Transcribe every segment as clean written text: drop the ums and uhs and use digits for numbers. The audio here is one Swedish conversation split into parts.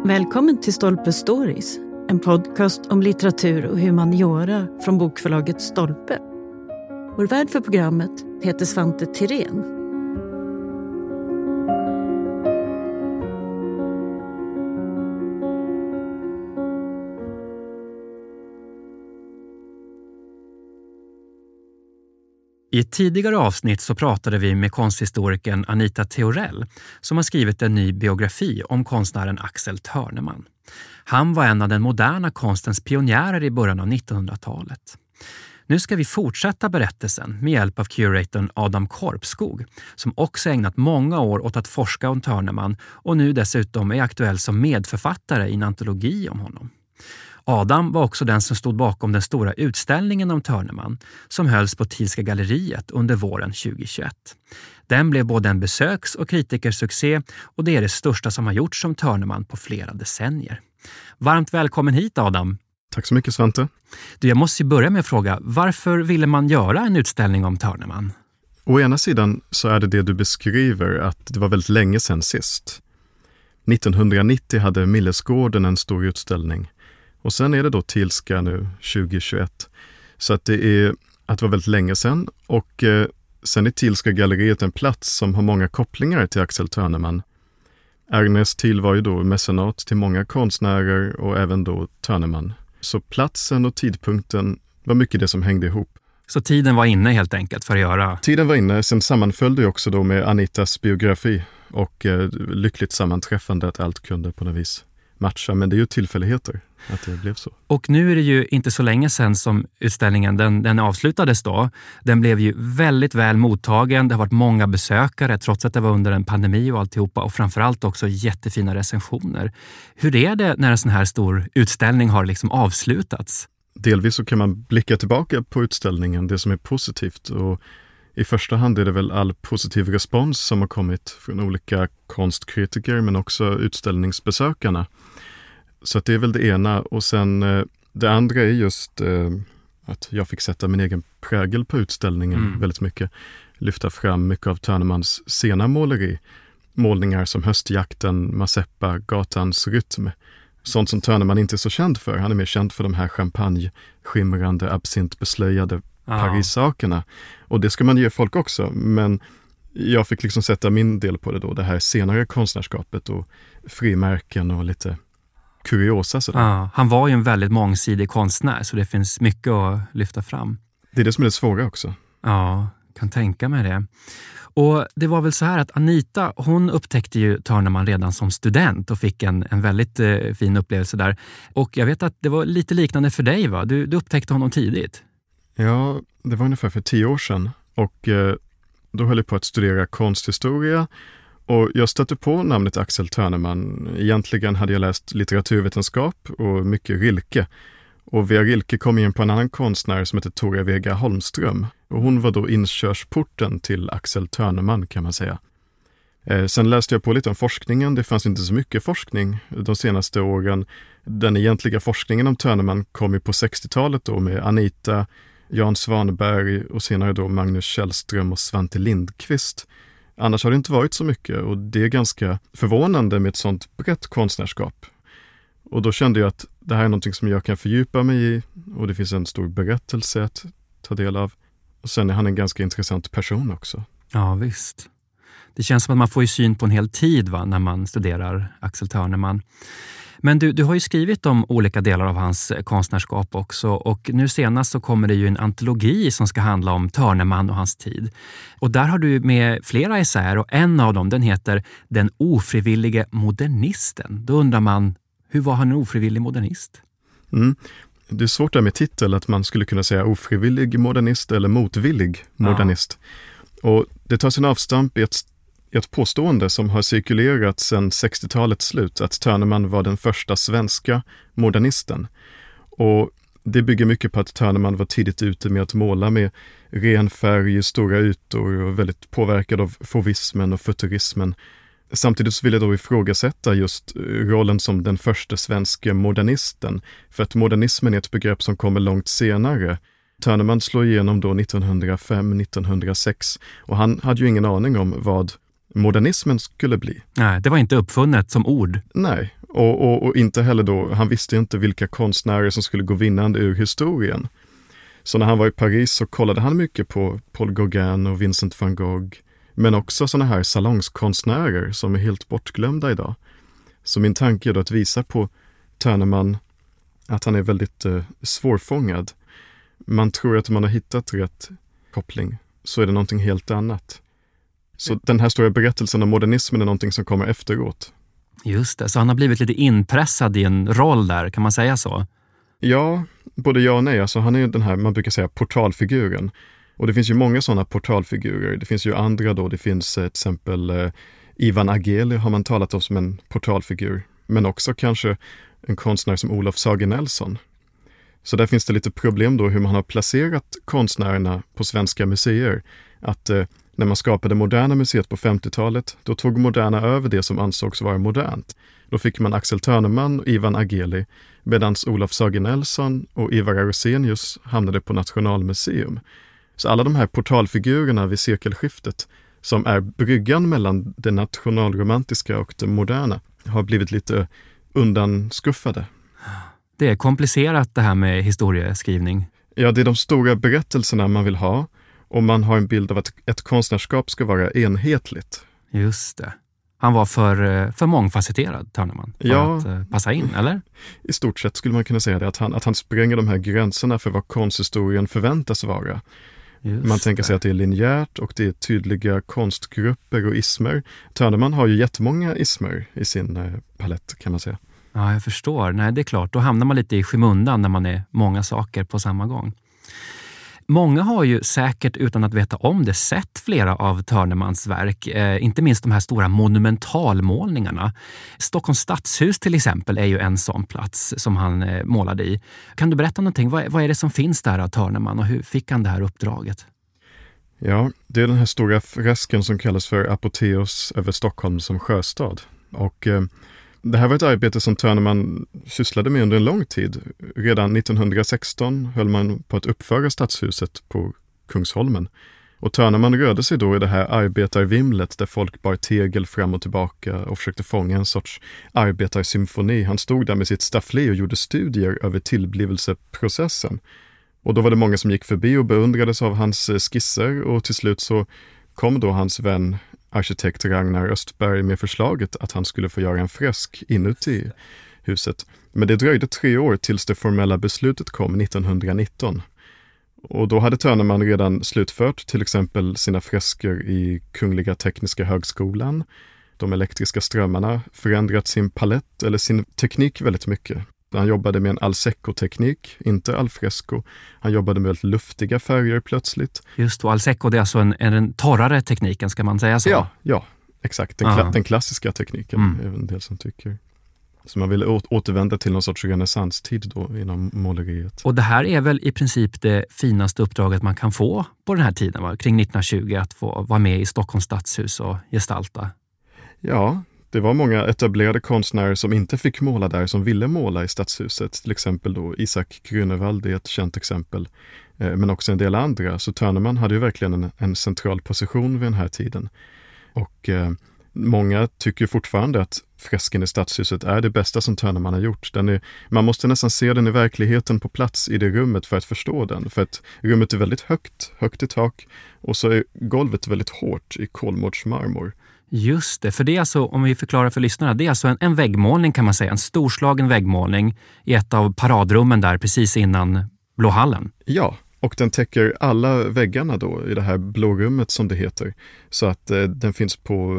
Välkommen till Stolpe Stories, en podcast om litteratur och humaniora från bokförlaget Stolpe. Vår värd för programmet heter Svante Tirén. I ett tidigare avsnitt så pratade vi med konsthistorikern Anita Theorell som har skrivit en ny biografi om konstnären Axel Törneman. Han var en av den moderna konstens pionjärer i början av 1900-talet. Nu ska vi fortsätta berättelsen med hjälp av curatorn Adam Korpskog som också ägnat många år åt att forska om Törneman och nu dessutom är aktuell som medförfattare i en antologi om honom. Adam var också den som stod bakom den stora utställningen om Törneman som hölls på Thielska galleriet under våren 2021. Den blev både en besöks- och kritikersuccé och det är det största som har gjorts om Törneman på flera decennier. Varmt välkommen hit Adam. Tack så mycket Svante. Jag måste ju börja med att fråga, varför ville man göra en utställning om Törneman? Å ena sidan så är det du beskriver att det var väldigt länge sedan sist. 1990 hade Millesgården en stor utställning. Och sen är det då Thielska nu 2021. Så att det var väldigt länge sedan. Och sen är Thielska galleriet en plats som har många kopplingar till Axel Törneman. Ernest Thiel var ju då mecenat till många konstnärer och även då Törneman. Så platsen och tidpunkten var mycket det som hängde ihop. Så tiden var inne helt enkelt för att göra? Tiden var inne. Sen sammanföll det också då med Anitas biografi. Och lyckligt sammanträffande att allt kunde på något vis matcha. Men det är ju tillfälligheter att det blev så. Och nu är det ju inte så länge sedan som utställningen den avslutades då. Den blev ju väldigt väl mottagen. Det har varit många besökare trots att det var under en pandemi och alltihopa. Och framförallt också jättefina recensioner. Hur är det när en sån här stor utställning har liksom avslutats? Delvis så kan man blicka tillbaka på utställningen, det som är positivt. Och i första hand är det väl all positiv respons som har kommit från olika konstkritiker men också utställningsbesökarna. Så att det är väl det ena. Och sen det andra är just att jag fick sätta min egen prägel på utställningen väldigt mycket. Lyfta fram mycket av Törnemans sena måleri. Målningar som Höstjakten, Mazeppa, Gatans rytm. Sånt som Törneman inte är så känd för. Han är mer känd för de här champagne-skimrande, absintbeslöjade Paris-sakerna. Och det ska man ge folk också. Men jag fick liksom sätta min del på det då. Det här senare konstnärskapet och frimärken och lite kuriosa. Ja, han var ju en väldigt mångsidig konstnär så det finns mycket att lyfta fram. Det är det som är det svåra också. Ja, kan tänka mig det. Och det var väl så här att Anita, hon upptäckte ju Törneman redan som student och fick en väldigt fin upplevelse där. Och jag vet att det var lite liknande för dig va? Du upptäckte honom tidigt. Ja, det var ungefär för 10 år sedan. Och då höll jag på att studera konsthistoria. Och jag stötte på namnet Axel Törneman. Egentligen hade jag läst litteraturvetenskap och mycket Rilke. Och via Rilke kom jag in på en annan konstnär som heter Tora Vega Holmström. Och hon var då inkörsporten till Axel Törneman kan man säga. Sen läste jag på lite om forskningen. Det fanns inte så mycket forskning de senaste åren. Den egentliga forskningen om Törneman kom ju på 60-talet då med Anita, Jan Svanberg och senare då Magnus Källström och Svante Lindqvist. Annars har det inte varit så mycket och det är ganska förvånande med ett sånt brett konstnärskap. Och då kände jag att det här är någonting som jag kan fördjupa mig i och det finns en stor berättelse att ta del av. Och sen är han en ganska intressant person också. Ja visst. Det känns som att man får ju syn på en hel tid va, när man studerar Axel Törneman. Men du har ju skrivit om olika delar av hans konstnärskap också och nu senast så kommer det ju en antologi som ska handla om Törneman och hans tid. Och där har du med flera essäer och en av dem den heter Den ofrivillige modernisten. Då undrar man, hur var han en ofrivillig modernist? Det är svårt där med titel att man skulle kunna säga ofrivillig modernist eller motvillig modernist. Ja. Och det tar sin avstamp i ett påstående som har cirkulerat sedan 60-talets slut att Törneman var den första svenska modernisten. Och det bygger mycket på att Törneman var tidigt ute med att måla med ren färg, stora ytor och väldigt påverkad av fauvismen och futurismen. Samtidigt så vill jag då ifrågasätta just rollen som den första svenska modernisten. För att modernismen är ett begrepp som kommer långt senare. Törneman slår igenom då 1905-1906 och han hade ju ingen aning om vad modernismen skulle bli. Nej, det var inte uppfunnet som ord. Nej, Och inte heller då, han visste inte vilka konstnärer som skulle gå vinnande ur historien. Så när han var i Paris så kollade han mycket på Paul Gauguin och Vincent van Gogh, men också såna här salongskonstnärer som är helt bortglömda idag. Så min tanke är då att visa på Törneman att han är väldigt svårfångad. Man tror att man har hittat rätt koppling, så är det någonting helt annat. Så den här stora berättelsen om modernismen är någonting som kommer efteråt. Just det, så han har blivit lite inpressad i en roll där, kan man säga så? Ja, både ja och nej. Alltså han är ju den här, man brukar säga, portalfiguren. Och det finns ju många sådana portalfigurer. Det finns ju andra då, det finns till exempel Ivan Ageli har man talat om som en portalfigur. Men också kanske en konstnär som Olof Sagen Nelson. Så där finns det lite problem då hur man har placerat konstnärerna på svenska museer. Att när man skapade Moderna museet på 50-talet, då tog Moderna över det som ansågs vara modernt. Då fick man Axel Törneman och Ivan Ageli, medan Olof Sagen Nelson och Ivar Arrhenius hamnade på Nationalmuseum. Så alla de här portalfigurerna vid sekelskiftet, som är bryggan mellan det nationalromantiska och det moderna, har blivit lite undanskuffade. Det är komplicerat det här med historieskrivning. Ja, det är de stora berättelserna man vill ha, och man har en bild av att ett konstnärskap ska vara enhetligt. Just det. Han var för mångfacetterad, Törneman, för att passa in, eller? I stort sett skulle man kunna säga det, att han spränger de här gränserna för vad konsthistorien förväntas vara. Man tänker sig att det är linjärt och det är tydliga konstgrupper och ismer. Törneman har ju jättemånga ismer i sin palett, kan man säga. Ja, jag förstår. Nej, det är klart. Då hamnar man lite i skymundan när man är många saker på samma gång. Många har ju säkert utan att veta om det sett flera av Törnemans verk, inte minst de här stora monumentalmålningarna. Stockholms stadshus till exempel är ju en sån plats som han målade i. Kan du berätta någonting? Vad är det som finns där av Törneman och hur fick han det här uppdraget? Ja, det är den här stora fresken som kallas för Apoteos över Stockholm som sjöstad. Och det här var ett arbete som Törneman sysslade med under en lång tid. Redan 1916 höll man på att uppföra stadshuset på Kungsholmen. Och Törneman rörde sig då i det här arbetarvimlet där folk bar tegel fram och tillbaka och försökte fånga en sorts arbetarsymfoni. Han stod där med sitt staffli och gjorde studier över tillblivelseprocessen. Och då var det många som gick förbi och beundrades av hans skisser, och till slut så kom då hans vän arkitekt Ragnar Östberg med förslaget att han skulle få göra en fresk inuti huset. Men det dröjde 3 år tills det formella beslutet kom 1919. Och då hade Törneman redan slutfört till exempel sina fresker i Kungliga Tekniska högskolan, de elektriska strömmarna, förändrat sin palett eller sin teknik väldigt mycket. Han jobbade med en al secco-teknik, inte al fresco. Han jobbade med väldigt luftiga färger plötsligt. Just då, al secco, det är alltså en torrare tekniken, ska man säga så? Ja, exakt. Den klassiska tekniken är en del som tycker. Så man ville återvända till någon sorts renässanstid då inom måleriet. Och det här är väl i princip det finaste uppdraget man kan få på den här tiden, va? Kring 1920, att få vara med i Stockholms stadshus och gestalta. Ja, det var många etablerade konstnärer som inte fick måla där som ville måla i stadshuset. Till exempel då Isak Grünewald är ett känt exempel, men också en del andra. Så Törneman hade ju verkligen en central position vid den här tiden. Och många tycker fortfarande att fresken i stadshuset är det bästa som Törneman har gjort. Man måste nästan se den i verkligheten på plats i det rummet för att förstå den. För att rummet är väldigt högt i tak, och så är golvet väldigt hårt i kolmårdsmarmor. Just det, för det är alltså, om vi förklarar för lyssnarna, det är alltså en väggmålning, kan man säga, en storslagen väggmålning i ett av paradrummen där precis innan Blå hallen. Ja, och den täcker alla väggarna då i det här blå rummet som det heter. Så att den finns på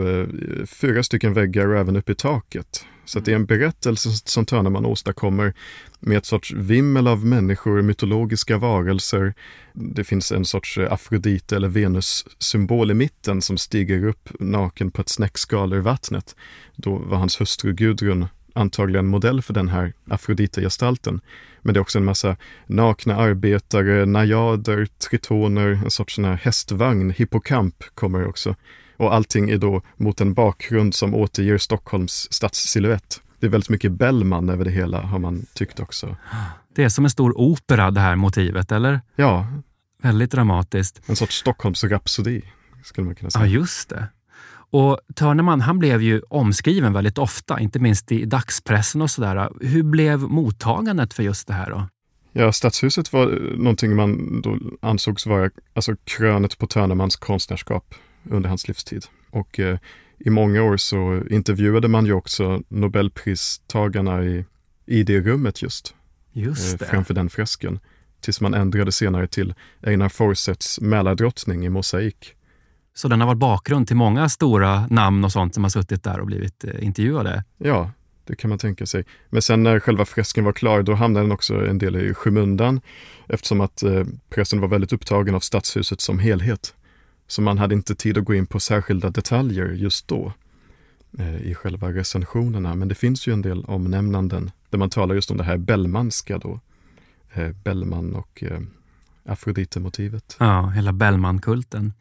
4 stycken väggar och även uppe i taket. Så att det är en berättelse som Törneman åstadkommer med ett sorts vimmel av människor, mytologiska varelser. Det finns en sorts Afrodite eller Venus-symbol i mitten som stiger upp naken på ett snäckskal ur vattnet. Då var hans hustru Gudrun antagligen modell för den här Afrodite-gestalten. Men det är också en massa nakna arbetare, najader, tritoner, en sorts sån här hästvagn, hippokamp kommer också. Och allting är då mot en bakgrund som återger Stockholms stadssilhuett. Det är väldigt mycket Bellman över det hela, har man tyckt också. Det är som en stor opera, det här motivet, eller? Ja. Väldigt dramatiskt. En sorts Stockholms rapsodi, skulle man kunna säga. Ja, just det. Och Törneman, han blev ju omskriven väldigt ofta, inte minst i dagspressen och sådär. Hur blev mottagandet för just det här då? Ja, Stadshuset var någonting man då ansågs vara krönet på Törnemans konstnärskap under hans livstid. Och i många år så intervjuade man ju också Nobelpristagarna i det rummet just det. Framför den fresken. Tills man ändrade senare till Einar Forsets Mälardrottning i mosaik. Så den har varit bakgrund till många stora namn och sånt som har suttit där och blivit intervjuade? Ja, det kan man tänka sig. Men sen när själva fresken var klar, då hamnade den också en del i skymundan. Eftersom att pressen var väldigt upptagen av Stadshuset som helhet. Så man hade inte tid att gå in på särskilda detaljer just då i själva recensionerna. Men det finns ju en del omnämnanden där man talar just om det här Bellmanska då. Bellman och Afrodite-motivet. Ja, hela Bellman-kulten.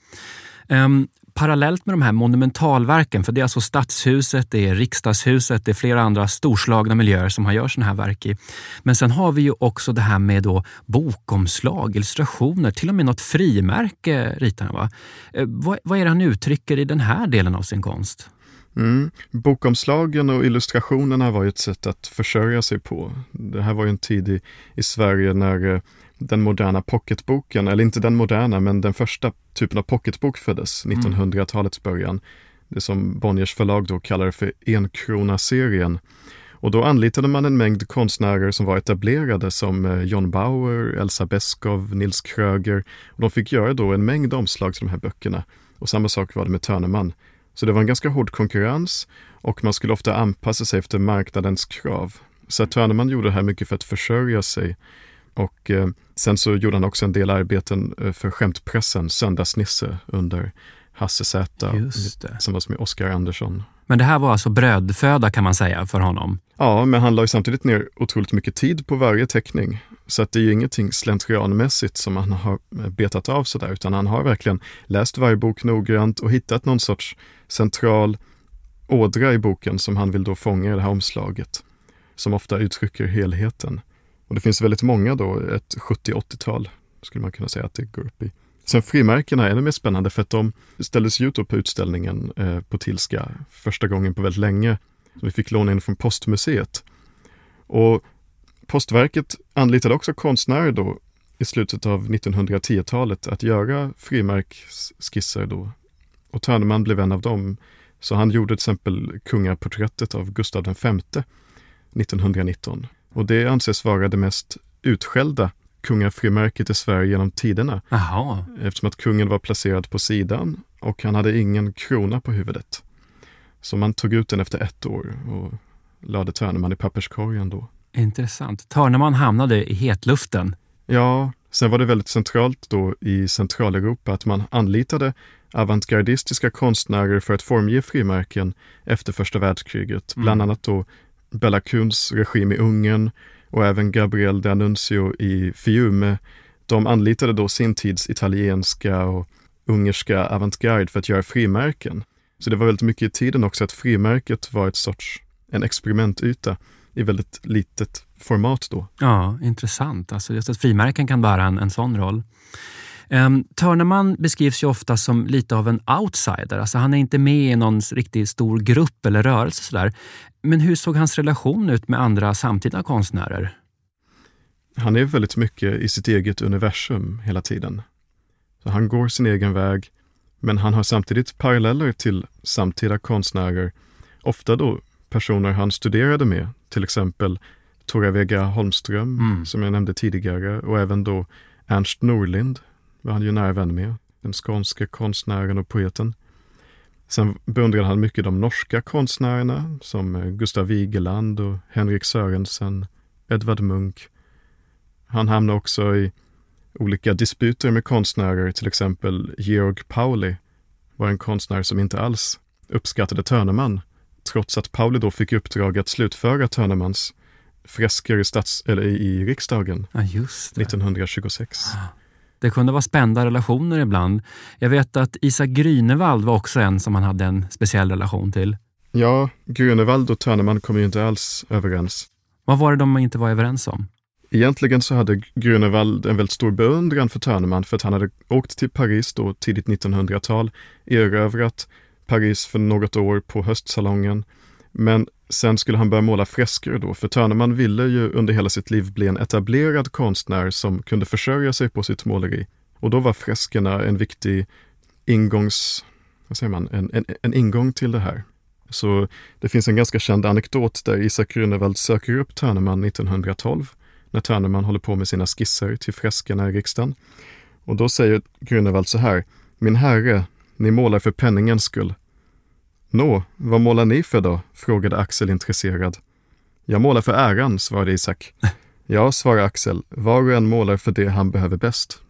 Parallellt med de här monumentalverken, för det är alltså Stadshuset, det är Riksdagshuset, det är flera andra storslagna miljöer som han gör såna här verk i. Men sen har vi ju också det här med då bokomslag, illustrationer, till och med något frimärke ritar han, va? Vad är det han uttrycker i den här delen av sin konst? Bokomslagen och illustrationerna var ju ett sätt att försörja sig på. Det här var ju en tid i Sverige när den moderna pocketboken, eller inte den moderna, men den första typen av pocketbok föddes, 1900-talets början. Det som Bonniers förlag då kallar för enkrona-serien. Och då anlitade man en mängd konstnärer som var etablerade som John Bauer, Elsa Beskow, Nils Kröger. Och de fick göra då en mängd omslag till de här böckerna. Och samma sak var det med Törneman. Så det var en ganska hård konkurrens och man skulle ofta anpassa sig efter marknadens krav. Så Törneman gjorde det här mycket för att försörja sig. Och sen så gjorde han också en del arbeten för skämtpressen, Söndagsnisse under Hasse Zäta, som var med Oscar Andersson. Men det här var alltså brödföda kan man säga för honom? Ja, men han la ju samtidigt ner otroligt mycket tid på varje teckning. Så att det är ju ingenting slentrianmässigt som han har betat av sådär, utan han har verkligen läst varje bok noggrant och hittat någon sorts central ådra i boken som han vill då fånga i det här omslaget, som ofta uttrycker helheten. Och det finns väldigt många då, ett 70-80-tal skulle man kunna säga att det går upp i. Sen frimärkena är ännu mer spännande för att de ställdes ju på utställningen på Tilska första gången på väldigt länge. Så vi fick låna in från Postmuseet. Och Postverket anlitade också konstnärer då i slutet av 1910-talet att göra frimärksskisser då. Och Törneman blev en av dem. Så han gjorde till exempel kungaporträttet av Gustav V 1919. Och det anses vara det mest utskällda kungafrimärket i Sverige genom tiderna. Aha. Eftersom att kungen var placerad på sidan och han hade ingen krona på huvudet. Så man tog ut den efter 1 år och lade Törneman i papperskorgen då. Intressant. Törneman hamnade i hetluften. Ja, sen var det väldigt centralt då i Centraleuropa att man anlitade avantgardistiska konstnärer för att formge frimärken efter första världskriget. Bland annat då Bela Kuns regim i Ungern och även Gabriel D'Annunzio i Fiume. De anlitade då sin tids italienska och ungerska avantgarde för att göra frimärken. Så det var väldigt mycket i tiden också att frimärket var en experimentyta i väldigt litet format då. Ja, intressant. Alltså just att frimärken kan bära en sån roll. Törneman beskrivs ju ofta som lite av en outsider. Alltså han är inte med i någon riktigt stor grupp eller rörelse sådär. Men hur såg hans relation ut med andra samtida konstnärer? Han är väldigt mycket i sitt eget universum hela tiden. Så han går sin egen väg, men han har samtidigt paralleller till samtida konstnärer. Ofta då personer han studerade med, till exempel Tora Vega Holmström som jag nämnde tidigare, och även då Ernst Norlind var han ju nära vän med, den skånska konstnären och poeten. Sen beundrade han mycket de norska konstnärerna som Gustav Vigeland och Henrik Sörensen, Edvard Munch. Han hamnade också i olika disputer med konstnärer, till exempel Georg Pauli var en konstnär som inte alls uppskattade Törneman, trots att Pauli då fick uppdrag att slutföra Törnemans fresker i riksdagen 1926. Det kunde vara spända relationer ibland. Jag vet att Isak Grünewald var också en som han hade en speciell relation till. Ja, Grünewald och Törneman kom ju inte alls överens. Vad var det de inte var överens om? Egentligen så hade Grünewald en väldigt stor beundran för Törneman för att han hade åkt till Paris då tidigt 1900-tal, erövrat Paris för något år på höstsalongen. Men sen skulle han börja måla fresker då, för Törneman ville ju under hela sitt liv bli en etablerad konstnär som kunde försörja sig på sitt måleri. Och då var freskerna en viktig en ingång till det här. Så det finns en ganska känd anekdot där Isak Grünewald söker upp Törneman 1912 när Törneman håller på med sina skisser till freskerna i riksdagen. Och då säger Grünewald så här: min herre, ni målar för penningens skull. Nå, vad målar ni för då? Frågade Axel intresserad. Jag målar för äran, svarade Isak. Ja, svarade Axel, var och en målar för det han behöver bäst.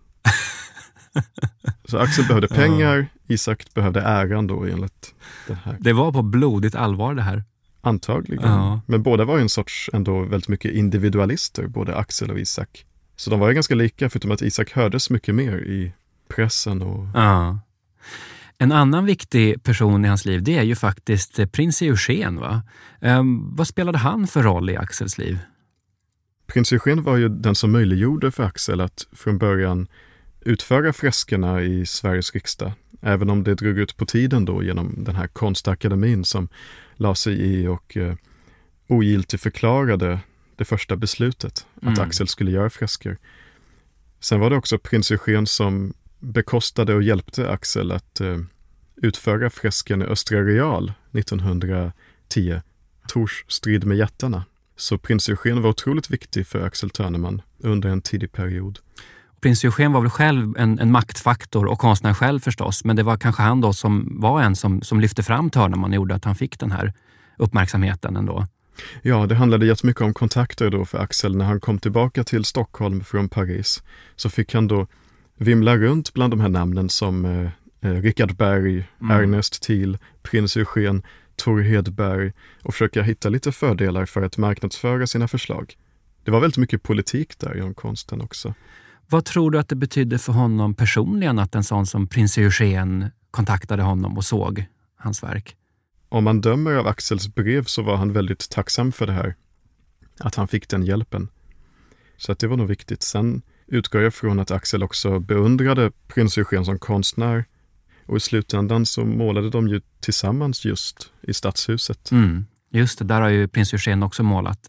Så Axel behövde pengar, Isak behövde äran då enligt det här. Det var på blodigt allvar det här. Antagligen. Ja. Men båda var ju en sorts ändå väldigt mycket individualister, både Axel och Isak. Så de var ju ganska lika, förutom att Isak hördes mycket mer i pressen. Och... Ja. En annan viktig person i hans liv, det är ju faktiskt prins Eugen, va? Vad spelade han för roll i Axels liv? Prins Eugen var ju den som möjliggjorde för Axel att från början utföra freskerna i Sveriges riksdag. Även om det drog ut på tiden då genom den här konstakademin som la sig i och ogiltigt förklarade det första beslutet att Axel skulle göra fresker. Sen var det också prins Eugen som bekostade och hjälpte Axel att utföra fresken i Östra Real 1910, Tors strid med jättarna. Så prins Eugen var otroligt viktig för Axel Törneman under en tidig period. Prins Eugen var väl själv en maktfaktor och konstnär själv förstås, men det var kanske han då som var en som lyfte fram Törneman och gjorde att han fick den här uppmärksamheten ändå. Ja, det handlade jättemycket om kontakter då för Axel. När han kom tillbaka till Stockholm från Paris så fick han då vimla runt bland de här namnen som Richard Berg, Ernest Thiel, prins Eugen, Tor Hedberg och försöka hitta lite fördelar för att marknadsföra sina förslag. Det var väldigt mycket politik där inom konsten också. Vad tror du att det betydde för honom personligen att en sån som prins Eugen kontaktade honom och såg hans verk? Om man dömer av Axels brev så var han väldigt tacksam för det här. Att han fick den hjälpen. Så att det var nog viktigt. Sen utgår jag från att Axel också beundrade prins Eugen som konstnär. Och i slutändan så målade de ju tillsammans just i Stadshuset. Just det, där har ju prins Eugen också målat.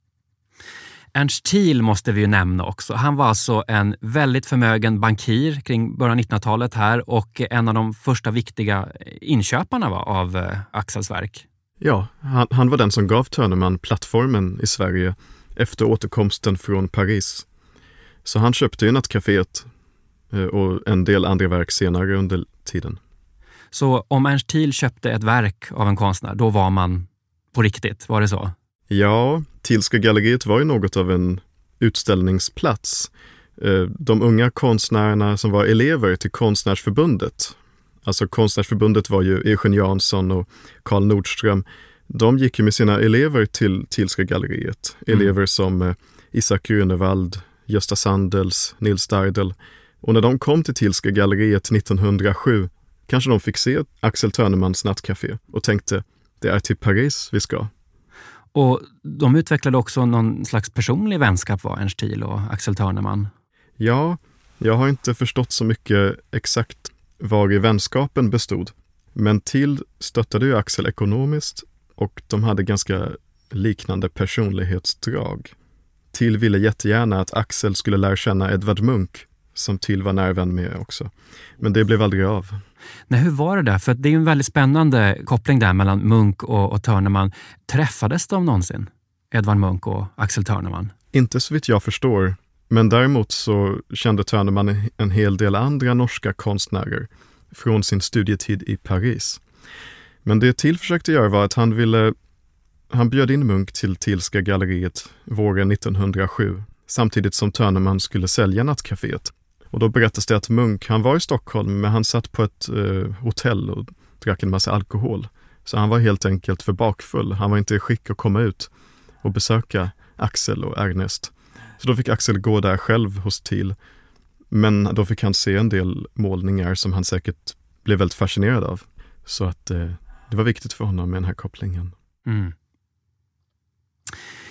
Ernst Thiel måste vi ju nämna också. Han var alltså en väldigt förmögen bankir kring början av 1900-talet här och en av de första viktiga inköparna av Axels verk. Ja, han var den som gav Törneman plattformen i Sverige efter återkomsten från Paris. Så han köpte ju Nattcaféet och en del andra verk senare under tiden. Så om Ernst Thiel köpte ett verk av en konstnär, då var man på riktigt, var det så? Ja, Thielska galleriet var ju något av en utställningsplats. De unga konstnärerna som var elever till Konstnärsförbundet, alltså Konstnärsförbundet var ju Eugen Jansson och Karl Nordström, de gick ju med sina elever till Thielska galleriet. Elever som Isak Grünewald, Gösta Sandels, Nils Dardel. Och när de kom till Thielska galleriet 1907 kanske de fick se Axel Törnemans Nattcafé och tänkte, det är till Paris vi ska. Och de utvecklade också någon slags personlig vänskap, var Ernst Thiel och Axel Törneman? Ja, jag har inte förstått så mycket exakt var i vänskapen bestod. Men Thiel stöttade ju Axel ekonomiskt och de hade ganska liknande personlighetsdrag. Thiel ville jättegärna att Axel skulle lära känna Edvard Munch, som Thiel var närvän med också. Men det blev aldrig av. Nej, hur var det där? För det är ju en väldigt spännande koppling där mellan Munch och Törneman. Träffades de någonsin, Edvard Munch och Axel Törneman? Inte så vitt jag förstår. Men däremot så kände Törneman en hel del andra norska konstnärer från sin studietid i Paris. Men det Thiel försökte göra var att han bjöd in Munch till Thielska galleriet våren 1907, samtidigt som Törneman skulle sälja Nattcaféet. Och då berättas det att Munch, han var i Stockholm men han satt på ett hotell och drack en massa alkohol. Så han var helt enkelt för bakfull. Han var inte i skick att komma ut och besöka Axel och Ernest. Så då fick Axel gå där själv hos Thiel. Men då fick han se en del målningar som han säkert blev väldigt fascinerad av. Så att det var viktigt för honom med den här kopplingen.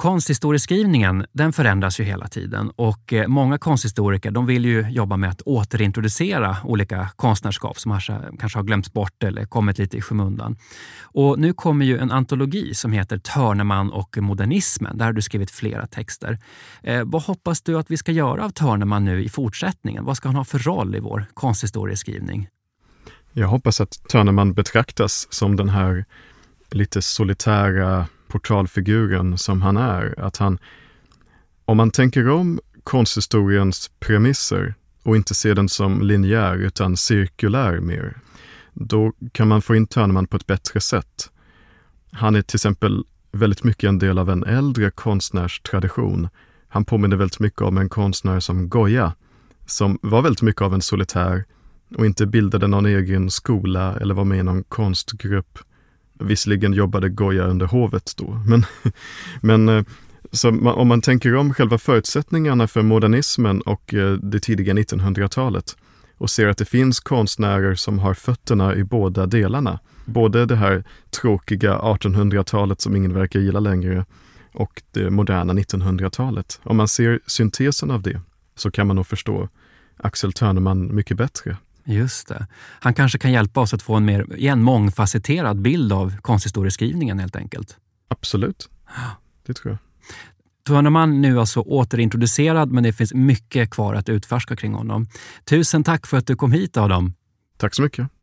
Konsthistorieskrivningen, den förändras ju hela tiden och många konsthistoriker, de vill ju jobba med att återintroducera olika konstnärskap som kanske har glömts bort eller kommit lite i skymundan. Och nu kommer ju en antologi som heter Törneman och modernismen. Där har du skrivit flera texter. Vad hoppas du att vi ska göra av Törneman nu i fortsättningen? Vad ska han ha för roll i vår konsthistorieskrivning? Jag hoppas att Törneman betraktas som den här lite solitära portalfiguren som han är. Att han, om man tänker om konsthistoriens premisser och inte ser den som linjär utan cirkulär mer, då kan man få in Törneman på ett bättre sätt. Han är till exempel väldigt mycket en del av en äldre konstnärstradition. Han påminner väldigt mycket om en konstnär som Goya, som var väldigt mycket av en solitär och inte bildade någon egen skola eller var med i någon konstgrupp. Visserligen jobbade Goya under hovet då, men så om man tänker om själva förutsättningarna för modernismen och det tidiga 1900-talet och ser att det finns konstnärer som har fötterna i båda delarna, både det här tråkiga 1800-talet som ingen verkar gilla längre och det moderna 1900-talet. Om man ser syntesen av det så kan man nog förstå Axel Törneman mycket bättre. Just det. Han kanske kan hjälpa oss att få en mer mångfacetterad bild av konsthistorieskrivningen helt enkelt. Absolut, det tror jag. Törneman nu alltså återintroducerad, men det finns mycket kvar att utforska kring honom. Tusen tack för att du kom hit, Adam. Tack så mycket.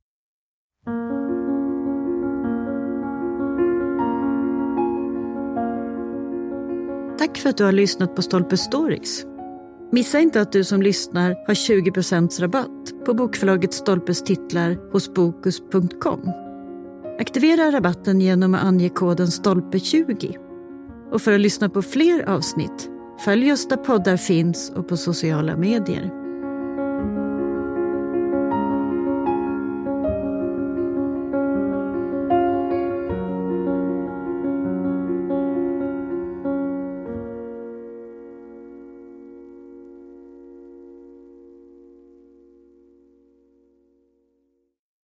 Tack för att du har lyssnat på Stolpe Stories. Missa inte att du som lyssnar har 20% rabatt på bokförlaget Stolpes titlar hos Bokus.com. Aktivera rabatten genom att ange koden STOLPE20. Och för att lyssna på fler avsnitt, följ oss där poddar finns och på sociala medier.